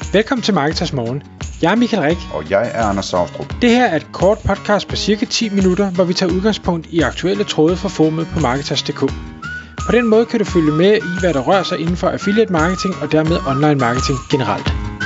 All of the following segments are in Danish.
Velkommen til Marketers Morgen. Jeg er Michael Rik. Og jeg er Anders Saustrup. Det her er et kort podcast på cirka 10 minutter, hvor vi tager udgangspunkt i aktuelle tråde fra forumet på Marketers.dk. På den måde kan du følge med i, hvad der rører sig inden for affiliate marketing og dermed online marketing generelt.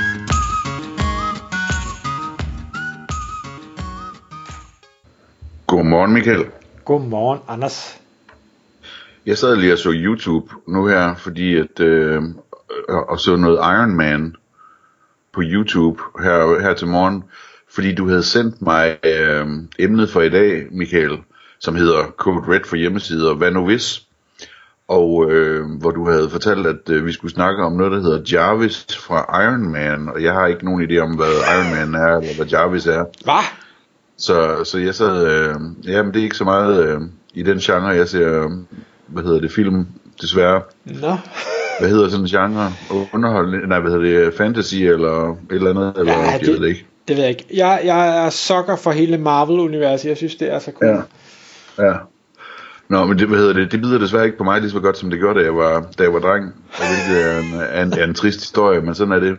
Godmorgen, Michael. Godmorgen, Anders. Jeg sad lige og så YouTube nu her, fordi og så noget Iron Man på YouTube her til morgen, fordi du havde sendt mig emnet for i dag, Michael, som hedder Code Red for hjemmesider, hvad nu hvis? Og hvor du havde fortalt, at vi skulle snakke om noget, der hedder Jarvis fra Iron Man, og jeg har ikke nogen idé om, hvad Iron Man er, eller hvad Jarvis er. Hvad? Så jeg sad, men det er ikke så meget i den genre, jeg ser, film, desværre. Nå. Hvad hedder sådan en genre? Underholdning, fantasy eller et eller andet, eller ja, jeg ved det ikke. Det ved jeg ikke. Jeg er sukker for hele Marvel-universet, jeg synes, det er så cool. Ja. Nå, men det bider desværre ikke på mig lige så godt, som det gjorde, da jeg var dreng. Hvilket er en trist historie, men sådan er det.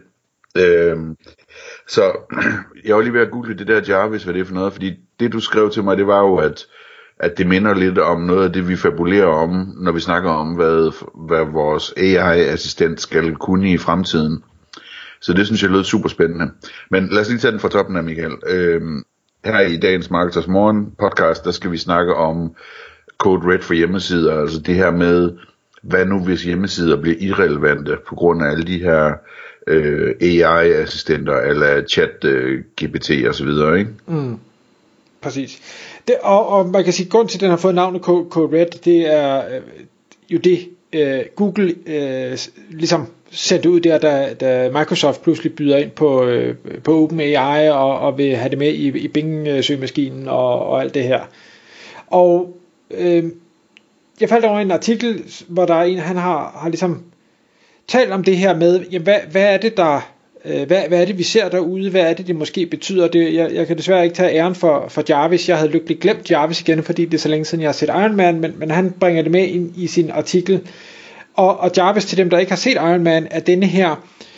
Så jeg var lige ved at google det der Jarvis, hvad det er for noget, fordi det du skrev til mig, det var jo, at det minder lidt om noget af det, vi fabulerer om, når vi snakker om, hvad vores AI-assistent skal kunne i fremtiden. Så det synes jeg lød super spændende. Men lad os lige tage den fra toppen af, Michael. Her i dagens Marketers Morgen podcast, der skal vi snakke om Code Red for hjemmesider, altså det her med, hvad nu hvis hjemmesider bliver irrelevante på grund af alle de her AI-assistenter, eller chat-GPT og så videre, ikke? Præcis. Det, og man kan sige, grund til, at den har fået navnet Code Red, det er jo det, Google ligesom sendte ud der, da Microsoft pludselig byder ind på OpenAI og vil have det med i Bing-søgemaskinen og alt det her. Og jeg faldt over en artikel, hvor der er en, han har ligesom talt om det her med, jamen, hvad er det hvad er det vi ser derude, hvad er det måske betyder det. Jeg kan desværre ikke tage æren for Jarvis. Jeg havde lykkeligt glemt Jarvis igen, fordi det er så længe siden jeg har set Iron Man, men han bringer det med ind i sin artikel. Og Jarvis, til dem der ikke har set Iron Man, er denne her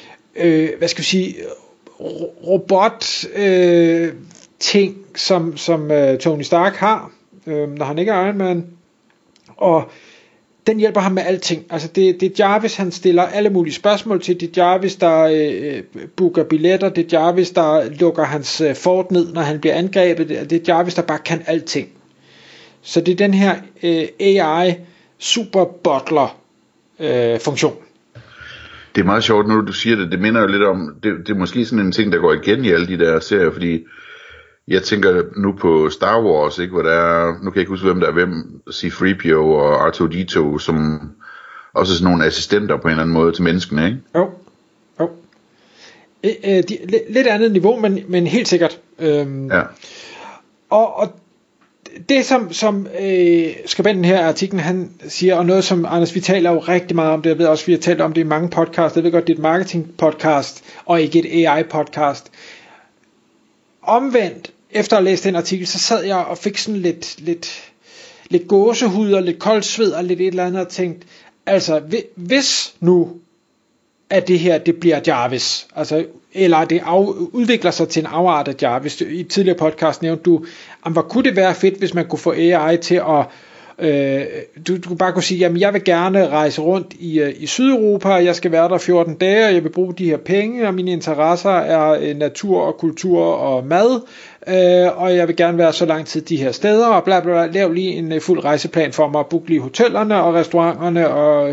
robot ting som Tony Stark har, når han ikke er Iron Man. Og den hjælper ham med alting. Altså det er Jarvis, han stiller alle mulige spørgsmål til. Det er Jarvis, der booker billetter. Det er Jarvis, der lukker hans fort ned, når han bliver angrebet. Det er Jarvis, der bare kan alting. Så det er den her AI super butler funktion. Det er meget sjovt, når du siger det. Det minder jo lidt om, det er måske sådan en ting, der går igen i alle de der serier, fordi jeg tænker nu på Star Wars, ikke, hvor der er, nu kan jeg ikke huske, hvem der er hvem, C-3PO og R2-D2, som også er sådan nogle assistenter på en eller anden måde til menneskene, ikke? Jo. Lidt andet niveau, men helt sikkert. Ja. Og det som skribenten her i artiklen, han siger, og noget som Anders, vi taler jo rigtig meget om det, jeg ved også, vi har talt om det i mange podcasts, jeg ved godt, det er et marketing podcast, og ikke et AI podcast. Omvendt, efter at læse den artikel, så sad jeg og fik sådan lidt gåsehud og lidt koldt sved og lidt et eller andet og tænkte, altså hvis nu at det her, det bliver Jarvis, altså, eller det udvikler sig til en afart af Jarvis. I et tidligere podcast nævnte du, hvor kunne det være fedt, hvis man kunne få AI til at du bare kunne sige, jamen jeg vil gerne rejse rundt i Sydeuropa, jeg skal være der 14 dage, og jeg vil bruge de her penge, og mine interesser er natur og kultur og mad, og jeg vil gerne være så lang tid de her steder, og bla bla bla, lav lige en fuld rejseplan for mig, book lige hotellerne og restauranterne og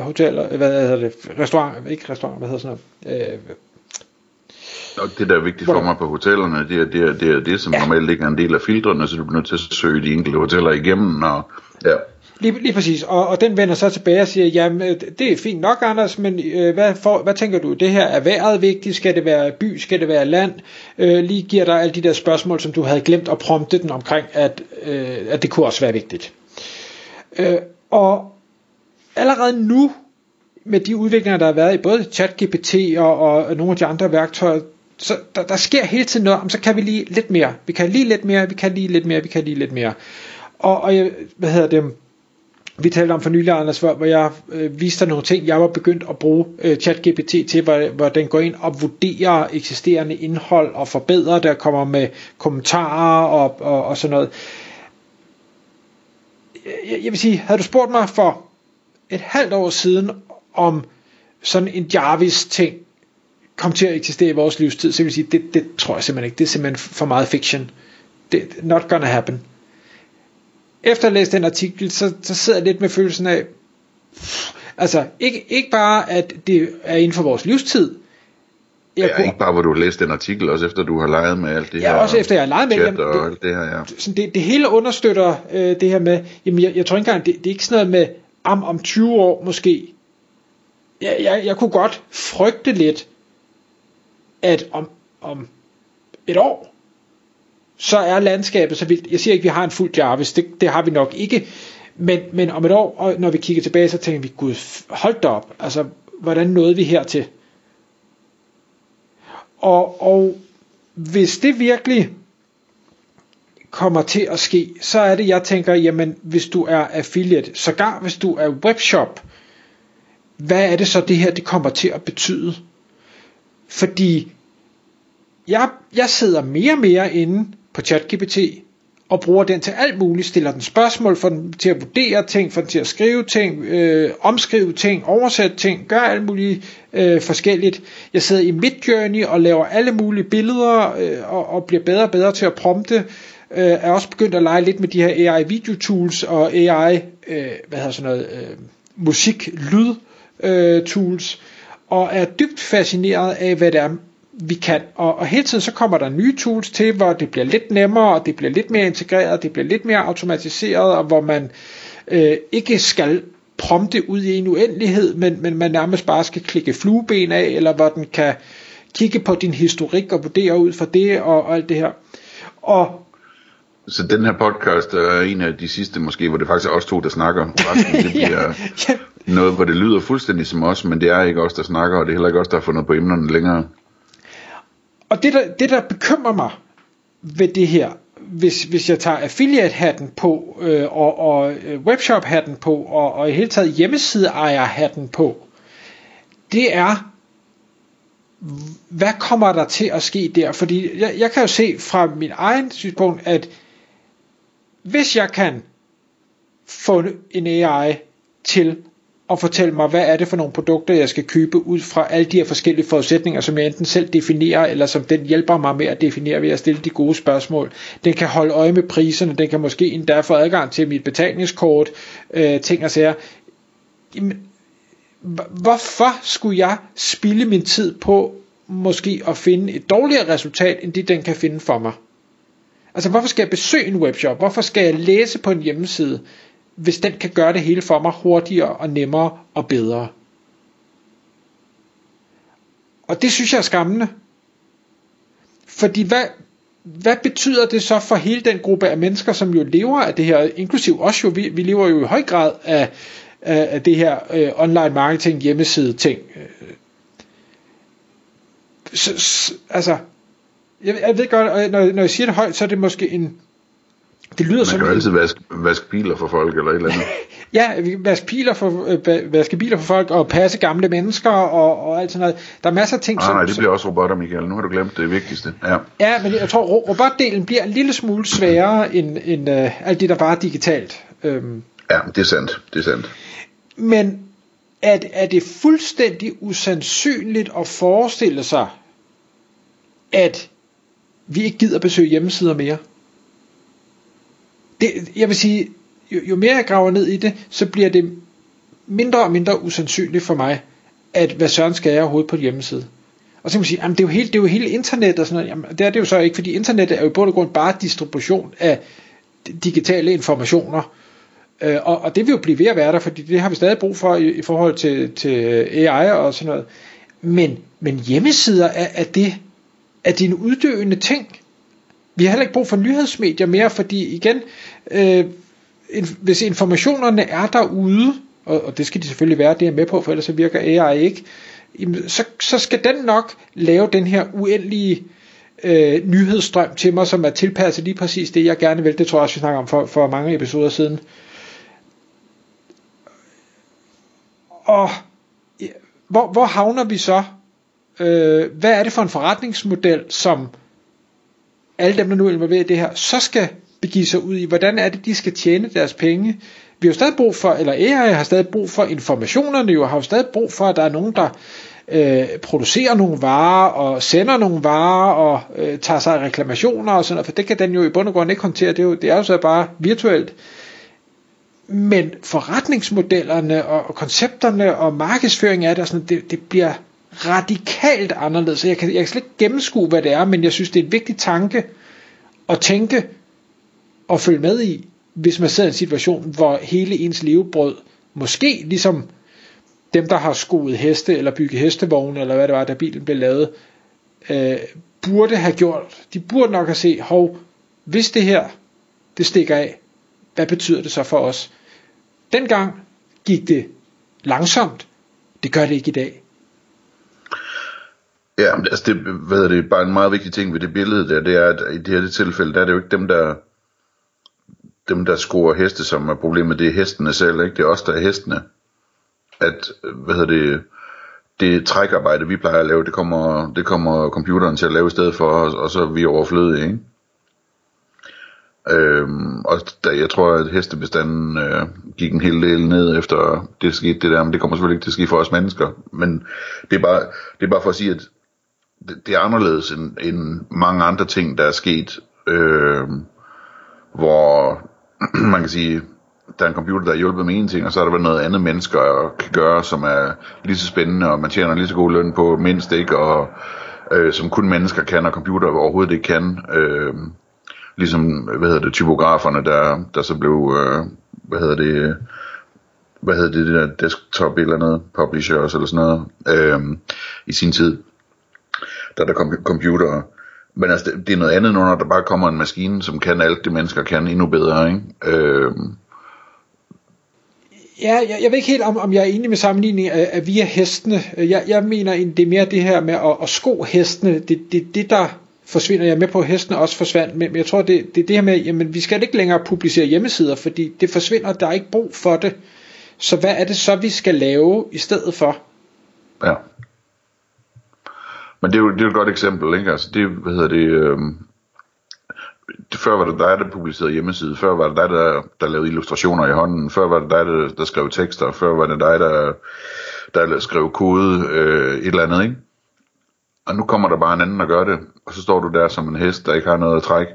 Og det der er vigtigt for mig på hotellerne, det er det, som normalt ikke er en del af filtrene, så du bliver nødt til at søge de enkelte hoteller igennem, og ja. Lige præcis, og den vender så tilbage og siger, jamen det er fint nok, Anders, men hvad tænker du, det her er vejret vigtigt, skal det være by, skal det være land, lige giver dig alle de der spørgsmål, som du havde glemt at prompte den omkring, at det kunne også være vigtigt. Og allerede nu, med de udviklinger, der har været i både ChatGPT og nogle af de andre værktøjer, så der sker hele tiden noget, så kan vi lige lidt mere, vi kan lige lidt mere, vi kan lige lidt mere, vi kan lige lidt mere. Og vi talte om for nylig, Anders, hvor jeg viste dig nogle ting, jeg var begyndt at bruge ChatGPT til, hvor den går ind og vurderer eksisterende indhold og forbedrer det, og kommer med kommentarer og sådan noget. Jeg vil sige, havde du spurgt mig for et halvt år siden, om sådan en Jarvis ting kom til at eksistere i vores livstid, så vil jeg sige, det tror jeg simpelthen ikke. Det er simpelthen for meget fiction. Det not gonna happen. Efter at læse den artikel, så sidder jeg lidt med følelsen af, altså ikke bare at det er inden for vores livstid. Ikke bare hvor du har læst den artikel, også efter du har leget med alt det her. Ja, også efter jeg har leget med chat og alt det her, ja. Det hele understøtter det her med, jamen jeg tror ikke engang, det er ikke sådan noget med om 20 år måske. Jeg kunne godt frygte lidt, at om et år, så er landskabet så vildt. Jeg siger ikke, at vi har en fuld Jarvis, det har vi nok ikke, men om et år, når vi kigger tilbage, så tænker vi, gud, hold da op, altså, hvordan nåede vi hertil? Og hvis det virkelig kommer til at ske, så er det, jeg tænker, jamen, hvis du er affiliate, sågar hvis du er webshop, hvad er det så, det her det kommer til at betyde? Fordi jeg sidder mere og mere inde på ChatGPT og bruger den til alt muligt, stiller den spørgsmål, for den til at vurdere ting, for den til at skrive ting, omskrive ting, oversætte ting, gøre alt muligt forskelligt. Jeg sidder i Midjourney og laver alle mulige billeder og bliver bedre og bedre til at prompte. Er også begyndt at lege lidt med de her AI video tools og AI musik lyd tools, og er dybt fascineret af, hvad det er, vi kan, og hele tiden så kommer der nye tools til, hvor det bliver lidt nemmere, og det bliver lidt mere integreret, det bliver lidt mere automatiseret, og hvor man ikke skal prompte ud i en uendelighed, men man nærmest bare skal klikke flueben af, eller hvor den kan kigge på din historik og vurdere ud fra det, og alt det her. Så den her podcast er en af de sidste måske, hvor det faktisk er os to, der snakker. Resten, det bliver noget, hvor det lyder fuldstændig som os, men det er ikke os, der snakker, og det er heller ikke os, der har fundet på emnerne længere. Og det der bekymrer mig ved det her, hvis jeg tager affiliate-hatten på, og webshop-hatten på, og i hele taget hjemmeside-ejer-hatten på, det er, hvad kommer der til at ske der? Fordi jeg kan jo se fra min egen synspunkt, at hvis jeg kan få en AI til at fortælle mig, hvad er det for nogle produkter, jeg skal købe ud fra alle de her forskellige forudsætninger, som jeg enten selv definerer, eller som den hjælper mig med at definere ved at stille de gode spørgsmål. Den kan holde øje med priserne, den kan måske endda få adgang til mit betalingskort, ting og sager. Jamen, hvorfor skulle jeg spilde min tid på måske at finde et dårligere resultat, end det den kan finde for mig? Altså, hvorfor skal jeg besøge en webshop? Hvorfor skal jeg læse på en hjemmeside, hvis den kan gøre det hele for mig hurtigere og nemmere og bedre? Og det synes jeg er skræmmende. Fordi hvad betyder det så for hele den gruppe af mennesker, som jo lever af det her, inklusiv os jo, vi lever jo i høj grad af det her online marketing, hjemmeside ting. Altså, jeg ved godt, når jeg siger det højt, så er det måske det lyder som... Man kan jo altid vaske biler for folk, eller et eller andet. Ja, vaske biler for folk, og passe gamle mennesker, og alt sådan noget. Der er masser af ting, nej, det bliver også robotter, Michael. Nu har du glemt det vigtigste. Ja, men jeg tror, robotdelen bliver en lille smule sværere, end alt det, der var digitalt. Ja, det er sandt. Men er det fuldstændig usandsynligt at forestille sig, at vi ikke gider besøge hjemmesider mere? Jeg vil sige, jo mere jeg graver ned i det, så bliver det mindre og mindre usandsynligt for mig, at hvad søren skal jeg overhovedet på en hjemmeside. Og så kan man sige, jamen det er jo hele internet og sådan noget. Jamen, det er det jo så ikke, fordi internettet er jo i bund og grund bare distribution af digitale informationer. Og det vil jo blive ved at være der, fordi det har vi stadig brug for i forhold til AI og sådan noget. Men hjemmesider er det en uddøende ting. Vi har heller ikke brug for nyhedsmedier mere, fordi igen, hvis informationerne er derude, og det skal de selvfølgelig være, det er med på, for ellers så virker AI ikke, så skal den nok lave den her uendelige nyhedsstrøm til mig, som er tilpasset lige præcis det, jeg gerne vil. Det tror jeg også, vi snakker om for mange episoder siden. Og hvor havner vi så? Hvad er det for en forretningsmodel, som alle dem, der nu er involveret i det her, så skal begive sig ud i? Hvordan er det, de skal tjene deres penge? Vi har jo stadig brug for, eller AI har stadig brug for informationerne, jo har jo stadig brug for, at der er nogen, der producerer nogle varer, og sender nogle varer, og tager sig af reklamationer og sådan noget, for det kan den jo i bund og grund ikke håndtere, det er jo så bare virtuelt. Men forretningsmodellerne og koncepterne og markedsføring af det, og sådan, det bliver radikalt anderledes. Så jeg kan slet ikke gennemskue, hvad det er, men jeg synes, det er en vigtig tanke at tænke og følge med i, hvis man sidder i en situation, hvor hele ens levebrød, måske ligesom dem, der har skoet heste, eller bygget hestevogne, eller hvad det var, da bilen blev lavet, burde have gjort. De burde nok have set, hvis det her, det stikker af, hvad betyder det så for os? Dengang gik det langsomt. Det gør det ikke i dag. Ja, altså det er bare en meget vigtig ting ved det billede der, det er, at i det her tilfælde, der er det jo ikke dem, der scorer heste, som er problemet, det er hestene selv, ikke? Det er os, der er hestene. At, det trækarbejde, vi plejer at lave, det kommer computeren til at lave i stedet for os, og så er vi overflødige, ikke? Og jeg tror, at hestebestanden gik en hel del ned efter det skete det der, men det kommer selvfølgelig ikke til at ske for os mennesker. Men det er bare for at sige, at det er anderledes end mange andre ting, der er sket, hvor man kan sige, der er en computer, der har hjulpet med en ting, og så er der vel noget andet mennesker kan gøre, som er lige så spændende, og man tjener lige så god løn på mindst, ikke, og som kun mennesker kan, og computer overhovedet ikke kan. Ligesom, typograferne, der så blev, det der desktop eller noget, publishers eller sådan noget, i sin tid, der kom computere. Men altså, det er noget andet, når der bare kommer en maskine, som kan alt det mennesker kan endnu bedre, ikke? Ja, jeg ved ikke helt, om jeg er enig med sammenligning af via hestene. Jeg mener, det er mere det her med at sko hestene, det der forsvinder. Jeg med på, at hestene også forsvandt, men jeg tror, det er det her med, jamen vi skal ikke længere publicere hjemmesider, fordi det forsvinder, der er ikke brug for det. Så hvad er det så, vi skal lave i stedet for? Ja. Men det er jo et godt eksempel, ikke? Altså det, før var det dig, der publicerede hjemmeside, før var det dig, der lavede illustrationer i hånden, før var det dig, der skrev tekster, før var det dig, der skrev kode, et eller andet, ikke? Og nu kommer der bare en anden og gør det, og så står du der som en hest, der ikke har noget at trække.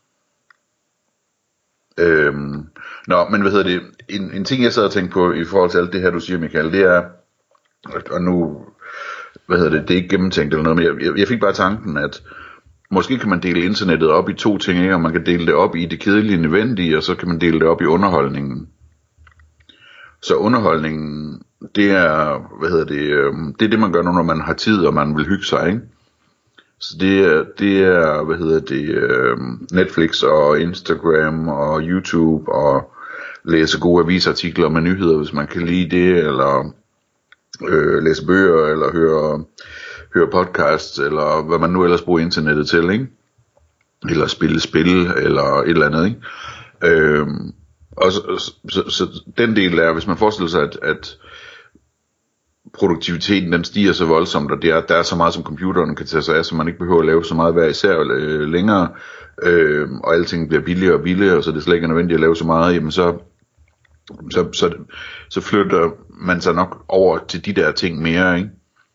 Men en ting jeg sad og tænkte på i forhold til alt det her du siger, Michael, det er, og nu det er ikke gennemtænkt eller noget, men jeg fik bare tanken, at måske kan man dele internettet op i to ting, ikke? Og man kan dele det op i det kedelige nødvendige, og så kan man dele det op i underholdningen. Så underholdningen, det er, det er det man gør nu, når man har tid, og man vil hygge sig, ikke? Så det er, Netflix og Instagram og YouTube, og læse gode avisartikler med nyheder, hvis man kan lide det, eller læse bøger, eller høre podcasts, eller hvad man nu ellers bruger internettet til, ikke? Eller spille spil, eller et eller andet, ikke? Og så den del er, hvis man forestiller sig, at produktiviteten den stiger så voldsomt, og der er så meget, som computeren kan tage sig af, så man ikke behøver at lave så meget hver især længere, og alting bliver billigere og billigere, så det slet ikke er nødvendigt at lave så meget, jamen så flytter man sig nok over til de der ting mere, ikke?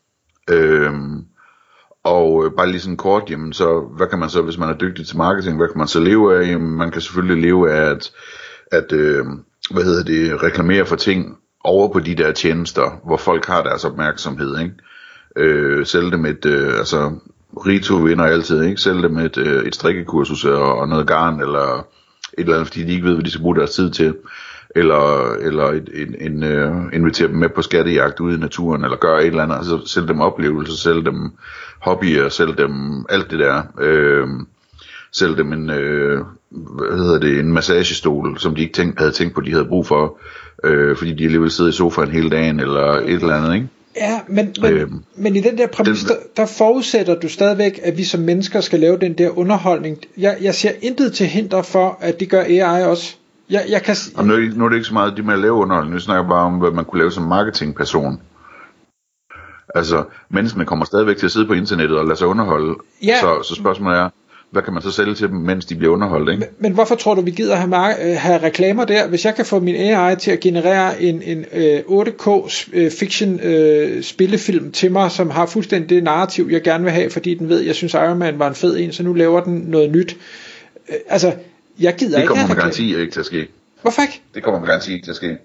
Og bare lige sådan kort, jamen så, hvad kan man så, hvis man er dygtig til marketing, hvad kan man så leve af? Jamen, man kan selvfølgelig leve af at reklamere for ting over på de der tjenester, hvor folk har deres opmærksomhed, ikke? Sælge dem Rito vinder altid, ikke? Sælge dem et strikkekursus og noget garn, eller et eller andet, fordi de ikke ved, hvad de skal bruge deres tid til. Eller invitere dem med på skattejagt ude i naturen, eller gøre et eller andet, altså sælge dem oplevelser, sælge dem hobbyer, sælge dem alt det der, sælge dem en massagestol, som de ikke havde tænkt på, de havde brug for, fordi de alligevel sidder i sofaen hele dagen, eller et eller andet, ikke? Ja, men i den der præmis, der forudsætter du stadigvæk, at vi som mennesker skal lave den der underholdning. Jeg ser intet til hinder for, at det gør AI også. Jeg kan... Og nu er det ikke så meget de med at lave underholdning. Nu snakker jeg bare om, hvad man kunne lave som marketingperson. Altså, menneskene kommer stadigvæk til at sidde på internettet og lade sig underholde. Ja. Så spørgsmålet er, hvad kan man så sælge til dem, mens de bliver underholdt, ikke? Men hvorfor tror du, vi gider have reklamer der? Hvis jeg kan få min AI til at generere en 8K fiction spillefilm til mig, som har fuldstændig det narrativ, jeg gerne vil have, fordi den ved, jeg synes Iron Man var en fed en, så nu laver den noget nyt. Altså, jeg gider ikke. Det kommer med garanti ikke til at ske. Hvorfor ikke? Det kommer med garanti ikke til at ske.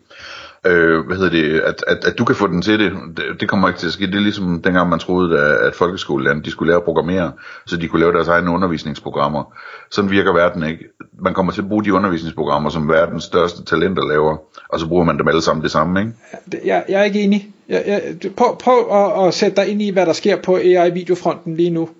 At du kan få den til det kommer ikke til at ske. Det er ligesom dengang man troede, at folkeskolelærerne, de skulle lære at programmere, så de kunne lave deres egne undervisningsprogrammer. Sådan virker verden ikke. Man kommer til at bruge de undervisningsprogrammer, som verdens største talenter laver, og så bruger man dem alle sammen det samme, ikke? Jeg er ikke enig. Prøv at sætte dig ind i, hvad der sker på AI-videofronten lige nu.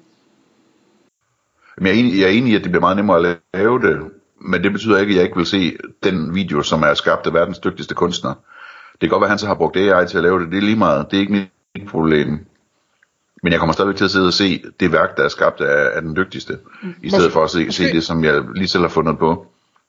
Men jeg er enig i, at det bliver meget nemmere at lave det, men det betyder ikke, at jeg ikke vil se den video, som er skabt af verdens dygtigste kunstner. Det kan godt være, at han så har brugt AI til at lave det. Det er lige meget. Det er ikke mit problem. Men jeg kommer stadigvæk til at sidde og se det værk, der er skabt af den dygtigste, i stedet for at se det, som jeg lige selv har fundet på.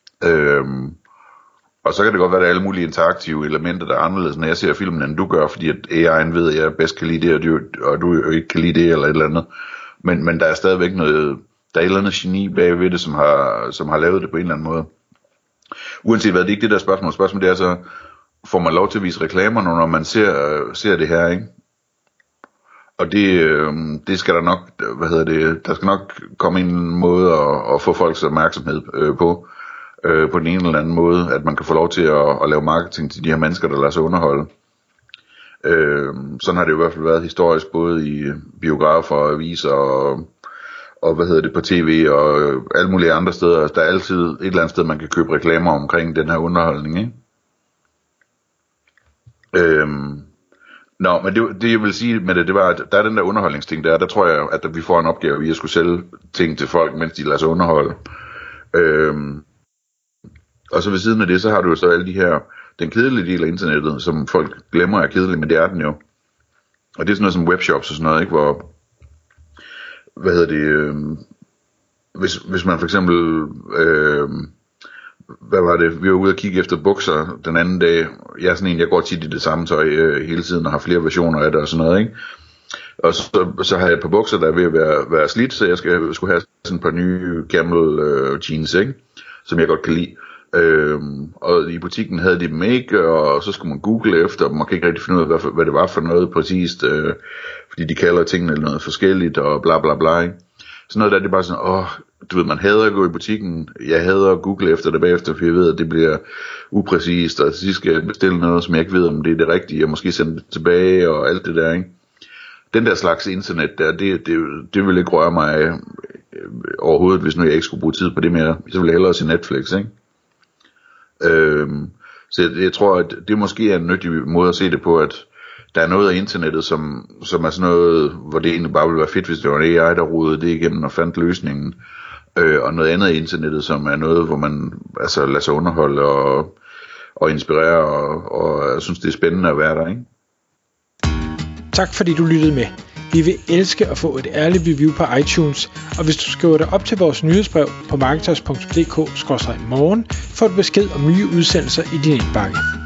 Og så kan det godt være, at der er alle mulige interaktive elementer, der er anderledes, når jeg ser filmen, end du gør, fordi at AI'en ved, at jeg bedst kan lide det, og du ikke kan lide det, eller et eller andet. Men der er stadigvæk noget... Der er et eller andet geni bagved det, som har lavet det på en eller anden måde. Uanset hvad, det er ikke det der spørgsmål. Spørgsmålet er så, får man lov til at vise reklamer, når man ser det her, ikke? Og det skal der nok, der skal nok komme en måde at få folks opmærksomhed på den ene eller anden måde, at man kan få lov til at lave marketing til de her mennesker, der lader sig underholde. Sådan har det i hvert fald været historisk, både i biografer og aviser og på tv og alle mulige andre steder. Der er altid et eller andet sted, man kan købe reklamer omkring den her underholdning, ikke? Men det jeg vil sige med det var, at der er den der underholdningsting der tror jeg, at vi får en opgave i at skulle sælge ting til folk, mens de lader sig underholde. Og så ved siden af det, så har du jo så alle de her, den kedelige del af internettet, som folk glemmer er kedelig, men det er den jo. Og det er sådan noget som webshops og sådan noget, ikke, hvor hvis man for eksempel vi var ude og kigge efter bukser den anden dag. Jeg er sådan en, jeg går tit i det samme tøj hele tiden og har flere versioner af det og sådan noget, ikke? Og så har jeg et par bukser, der er ved at være slidt, så jeg skulle have sådan et par nye Camel jeans, ikke? Som jeg godt kan lide. Og i butikken havde de dem ikke, og så skulle man google efter dem, og kan ikke rigtig finde ud af, hvad det var for noget præcist, fordi de kalder tingene noget forskelligt, og bla bla bla, ikke? Sådan noget der, det er bare sådan, du ved, man hader at gå i butikken, jeg hader at google efter det bagefter, for jeg ved, at det bliver upræcist, og til sidst skal jeg bestille noget, som jeg ikke ved, om det er det rigtige, og måske sende det tilbage, og alt det der, ikke? Den der slags internet der, det vil ikke røre mig overhovedet, hvis nu jeg ikke skulle bruge tid på det mere. Så vil jeg hellere se Netflix, ikke? Så jeg tror, at det måske er en nyttig måde at se det på, at der er noget af internettet, som er sådan noget, hvor det egentlig bare ville være fedt, hvis det var en AI, der rodede det igennem og fandt løsningen. Og noget andet af internettet, som er noget, hvor man altså lader sig underholde og inspirere, og jeg synes, det er spændende at være der, ikke? Tak fordi du lyttede med. Vi vil elske at få et ærligt review på iTunes, og hvis du skriver dig op til vores nyhedsbrev på marketers.dk/morgen, får du besked om nye udsendelser i din indbakke.